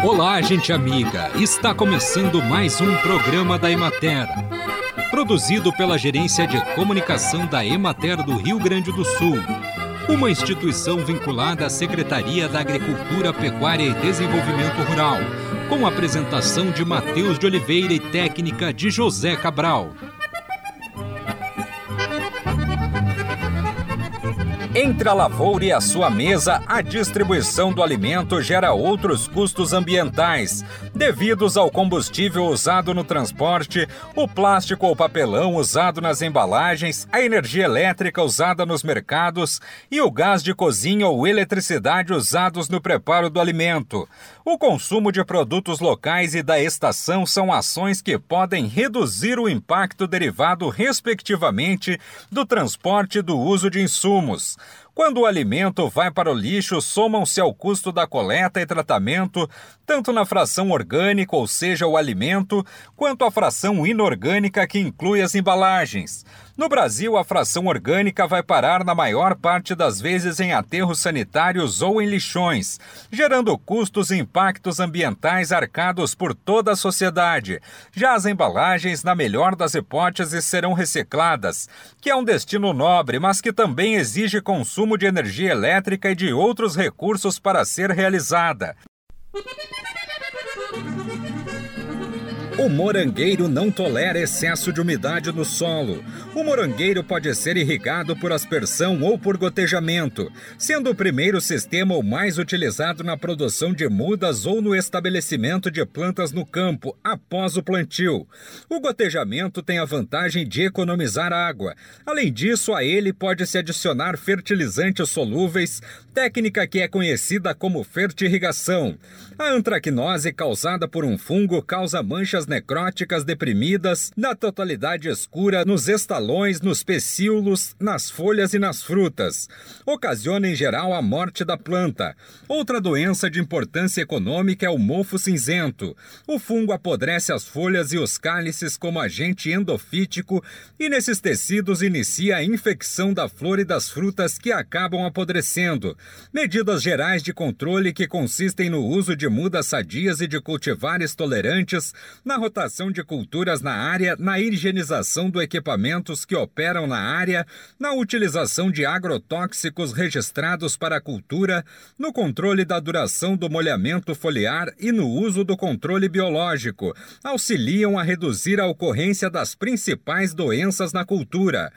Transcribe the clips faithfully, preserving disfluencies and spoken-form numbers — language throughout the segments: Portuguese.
Olá, gente amiga! Está começando mais um programa da Emater, produzido pela Gerência de Comunicação da Emater do Rio Grande do Sul, uma instituição vinculada à Secretaria da Agricultura, Pecuária e Desenvolvimento Rural, com a apresentação de Matheus de Oliveira e técnica de José Cabral. Entre a lavoura e a sua mesa, a distribuição do alimento gera outros custos ambientais, devidos ao combustível usado no transporte, o plástico ou papelão usado nas embalagens, a energia elétrica usada nos mercados e o gás de cozinha ou eletricidade usados no preparo do alimento. O consumo de produtos locais e da estação são ações que podem reduzir o impacto derivado, respectivamente, do transporte e do uso de insumos. Quando o alimento vai para o lixo, somam-se ao custo da coleta e tratamento, tanto na fração orgânica, ou seja, o alimento, quanto a fração inorgânica, que inclui as embalagens. No Brasil, a fração orgânica vai parar na maior parte das vezes em aterros sanitários ou em lixões, gerando custos e impactos ambientais arcados por toda a sociedade. Já as embalagens, na melhor das hipóteses, serão recicladas, que é um destino nobre, mas que também exige consumo de energia elétrica e de outros recursos para ser realizada. O morangueiro não tolera excesso de umidade no solo. O morangueiro pode ser irrigado por aspersão ou por gotejamento, sendo o primeiro sistema o mais utilizado na produção de mudas ou no estabelecimento de plantas no campo, após o plantio. O gotejamento tem a vantagem de economizar água. Além disso, a ele pode-se adicionar fertilizantes solúveis, técnica que é conhecida como fertirrigação. A antracnose causada por um fungo causa manchas necróticas deprimidas na totalidade escura nos estalões, nos pecíolos, nas folhas e nas frutas. Ocasiona em geral a morte da planta. Outra doença de importância econômica é o mofo cinzento. O fungo apodrece as folhas e os cálices como agente endofítico e nesses tecidos inicia a infecção da flor e das frutas que acabam apodrecendo. Medidas gerais de controle que consistem no uso de mudas sadias e de cultivares tolerantes, na rotação de culturas na área, na higienização de equipamentos que operam na área, na utilização de agrotóxicos registrados para a cultura, no controle da duração do molhamento foliar e no uso do controle biológico, auxiliam a reduzir a ocorrência das principais doenças na cultura.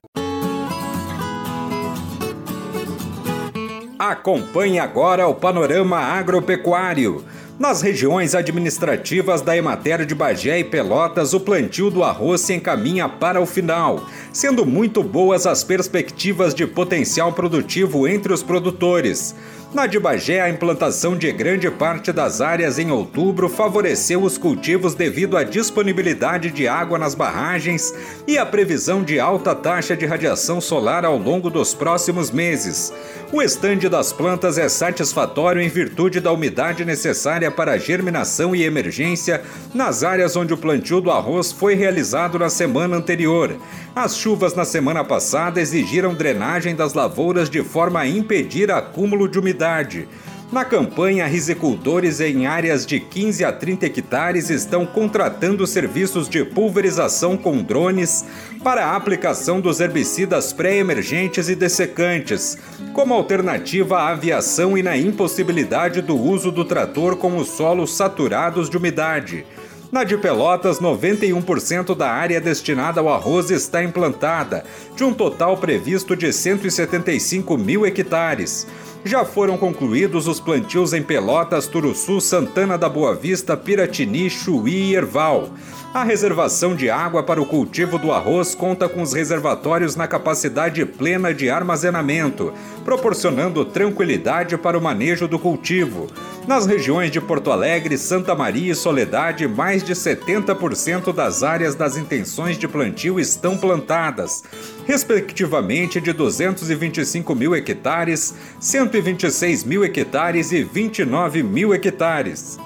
Acompanhe agora o panorama agropecuário. Nas regiões administrativas da Emater de Bagé e Pelotas, o plantio do arroz se encaminha para o final, sendo muito boas as perspectivas de potencial produtivo entre os produtores. Na de Bagé, a implantação de grande parte das áreas em outubro favoreceu os cultivos devido à disponibilidade de água nas barragens e à previsão de alta taxa de radiação solar ao longo dos próximos meses. O estande das plantas é satisfatório em virtude da umidade necessária para a germinação e emergência nas áreas onde o plantio do arroz foi realizado na semana anterior. As chuvas na semana passada exigiram drenagem das lavouras de forma a impedir acúmulo de umidade. Na campanha, risicultores em áreas de quinze a trinta hectares estão contratando serviços de pulverização com drones para a aplicação dos herbicidas pré-emergentes e dessecantes, como alternativa à aviação e na impossibilidade do uso do trator com os solos saturados de umidade. Na de Pelotas, noventa e um por cento da área destinada ao arroz está implantada, de um total previsto de cento e setenta e cinco mil hectares. Já foram concluídos os plantios em Pelotas, Turuçu, Santana da Boa Vista, Piratini, Chuí e Erval. A reservação de água para o cultivo do arroz conta com os reservatórios na capacidade plena de armazenamento, proporcionando tranquilidade para o manejo do cultivo. Nas regiões de Porto Alegre, Santa Maria e Soledade, mais de setenta por cento das áreas das intenções de plantio estão plantadas, respectivamente de duzentos e vinte e cinco mil hectares, cento e vinte e seis mil hectares e vinte e nove mil hectares.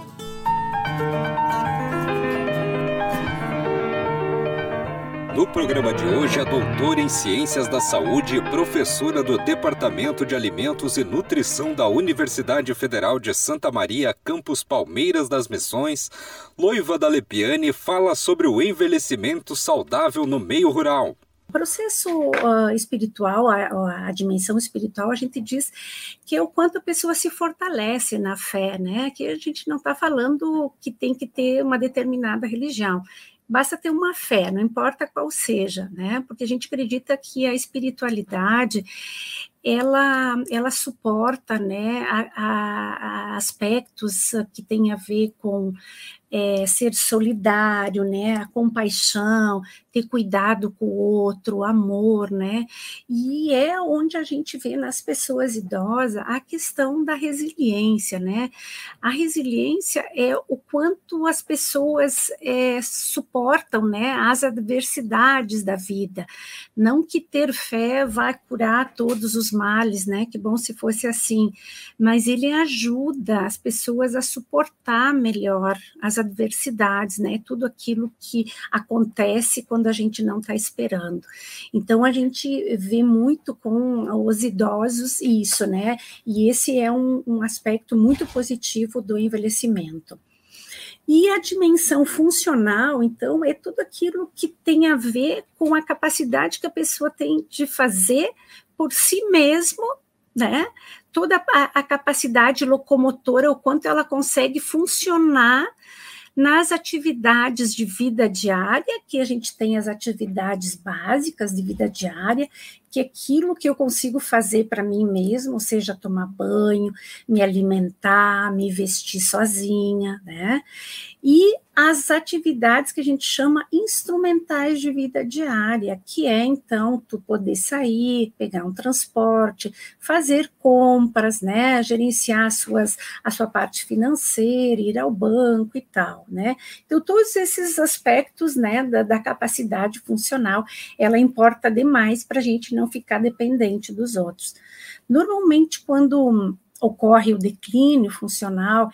No programa de hoje, a doutora em Ciências da Saúde e professora do Departamento de Alimentos e Nutrição da Universidade Federal de Santa Maria, campus Palmeiras das Missões, Loiva Dalepiane, fala sobre o envelhecimento saudável no meio rural. O processo uh, espiritual, a, a dimensão espiritual, a gente diz que é o quanto a pessoa se fortalece na fé, né? Que a gente não está falando que tem que ter uma determinada religião. Basta ter uma fé, não importa qual seja, né? Porque a gente acredita que a espiritualidade, ela, ela suporta, né, a, a, a aspectos que têm a ver com é, ser solidário, né, a compaixão, ter cuidado com o outro, amor, né? E é onde a gente vê nas pessoas idosas a questão da resiliência, né? A resiliência é o quanto as pessoas é, suportam, né, as adversidades da vida. Não que ter fé vai curar todos os males, né? Que bom se fosse assim, mas ele ajuda as pessoas a suportar melhor as adversidades, né? Tudo aquilo que acontece quando a gente não está esperando. Então a gente vê muito com os idosos isso, né? E esse é um, um aspecto muito positivo do envelhecimento. E a dimensão funcional, então, é tudo aquilo que tem a ver com a capacidade que a pessoa tem de fazer por si mesmo, né? Toda a, a capacidade locomotora, o quanto ela consegue funcionar nas atividades de vida diária, que a gente tem as atividades básicas de vida diária, que é aquilo que eu consigo fazer para mim mesmo, seja tomar banho, me alimentar, me vestir sozinha, né? E as atividades que a gente chama instrumentais de vida diária, que é, então, tu poder sair, pegar um transporte, fazer compras, né, gerenciar as suas, a sua parte financeira, ir ao banco e tal, né? Então, todos esses aspectos, né, da, da capacidade funcional, ela importa demais para a gente não ficar dependente dos outros. Normalmente, quando ocorre o declínio funcional,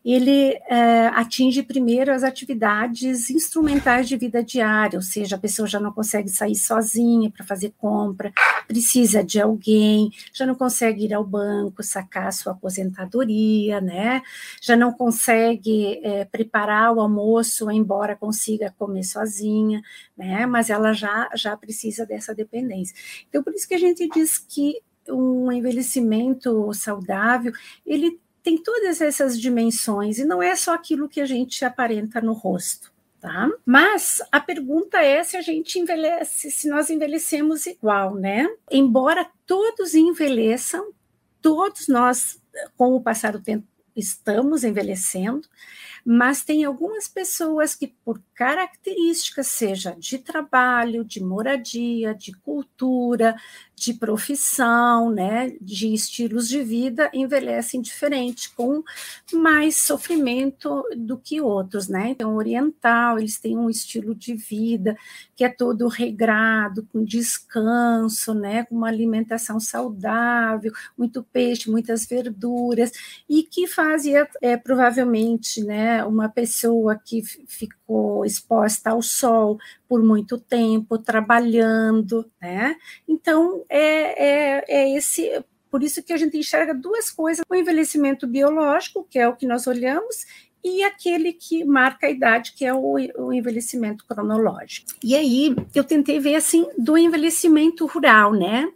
ele é, atinge primeiro as atividades instrumentais de vida diária, ou seja, a pessoa já não consegue sair sozinha para fazer compra, precisa de alguém, já não consegue ir ao banco, sacar a sua aposentadoria, né? Já não consegue é, preparar o almoço, embora consiga comer sozinha, né? Mas ela já, já precisa dessa dependência. Então, por isso que a gente diz que um envelhecimento saudável, ele tem todas essas dimensões, e não é só aquilo que a gente aparenta no rosto, tá? Mas a pergunta é se a gente envelhece, se nós envelhecemos igual, né? Embora todos envelheçam, todos nós, com o passar do tempo, estamos envelhecendo, mas tem algumas pessoas que, por características, seja de trabalho, de moradia, de cultura, de profissão, né, de estilos de vida, envelhecem diferente, com mais sofrimento do que outros, né? Então, oriental, eles têm um estilo de vida que é todo regrado, com descanso, né, com uma alimentação saudável, muito peixe, muitas verduras, e que fazia, é, provavelmente, né, uma pessoa que ficou exposta ao sol por muito tempo, trabalhando, né? Então, é, é, é esse, por isso que a gente enxerga duas coisas, o envelhecimento biológico, que é o que nós olhamos, e aquele que marca a idade, que é o, o envelhecimento cronológico. E aí, eu tentei ver, assim, do envelhecimento rural, né?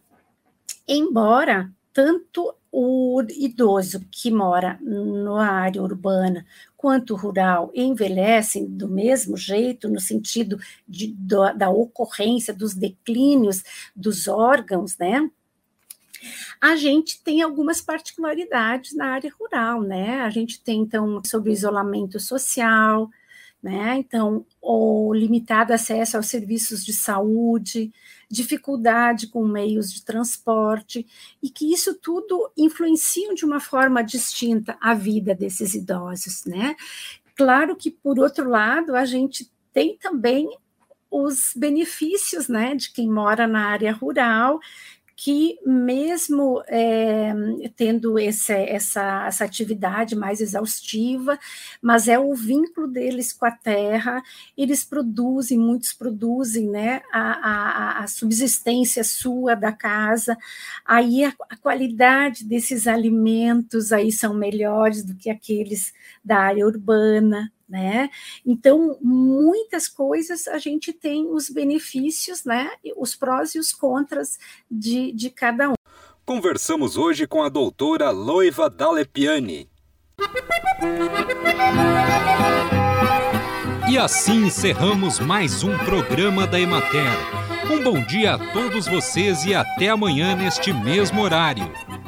Embora tanto o idoso que mora na área urbana quanto rural envelhecem do mesmo jeito, no sentido de, do, da ocorrência dos declínios dos órgãos, né? A gente tem algumas particularidades na área rural, né? A gente tem, então, sobre o isolamento social, né? Então, o limitado acesso aos serviços de saúde, dificuldade com meios de transporte, e que isso tudo influencia de uma forma distinta a vida desses idosos, né? Claro que, por outro lado, a gente tem também os benefícios, né, de quem mora na área rural, que mesmo é, tendo esse, essa, essa atividade mais exaustiva, mas é o vínculo deles com a terra, eles produzem, muitos produzem, né, a, a, a subsistência sua da casa, aí a, a qualidade desses alimentos aí são melhores do que aqueles da área urbana, né? Então, muitas coisas a gente tem os benefícios, né? Os prós e os contras de, de cada um. Conversamos hoje com a doutora Loiva Dallepiani. E assim encerramos mais um programa da Emater. Um bom dia a todos vocês e até amanhã neste mesmo horário.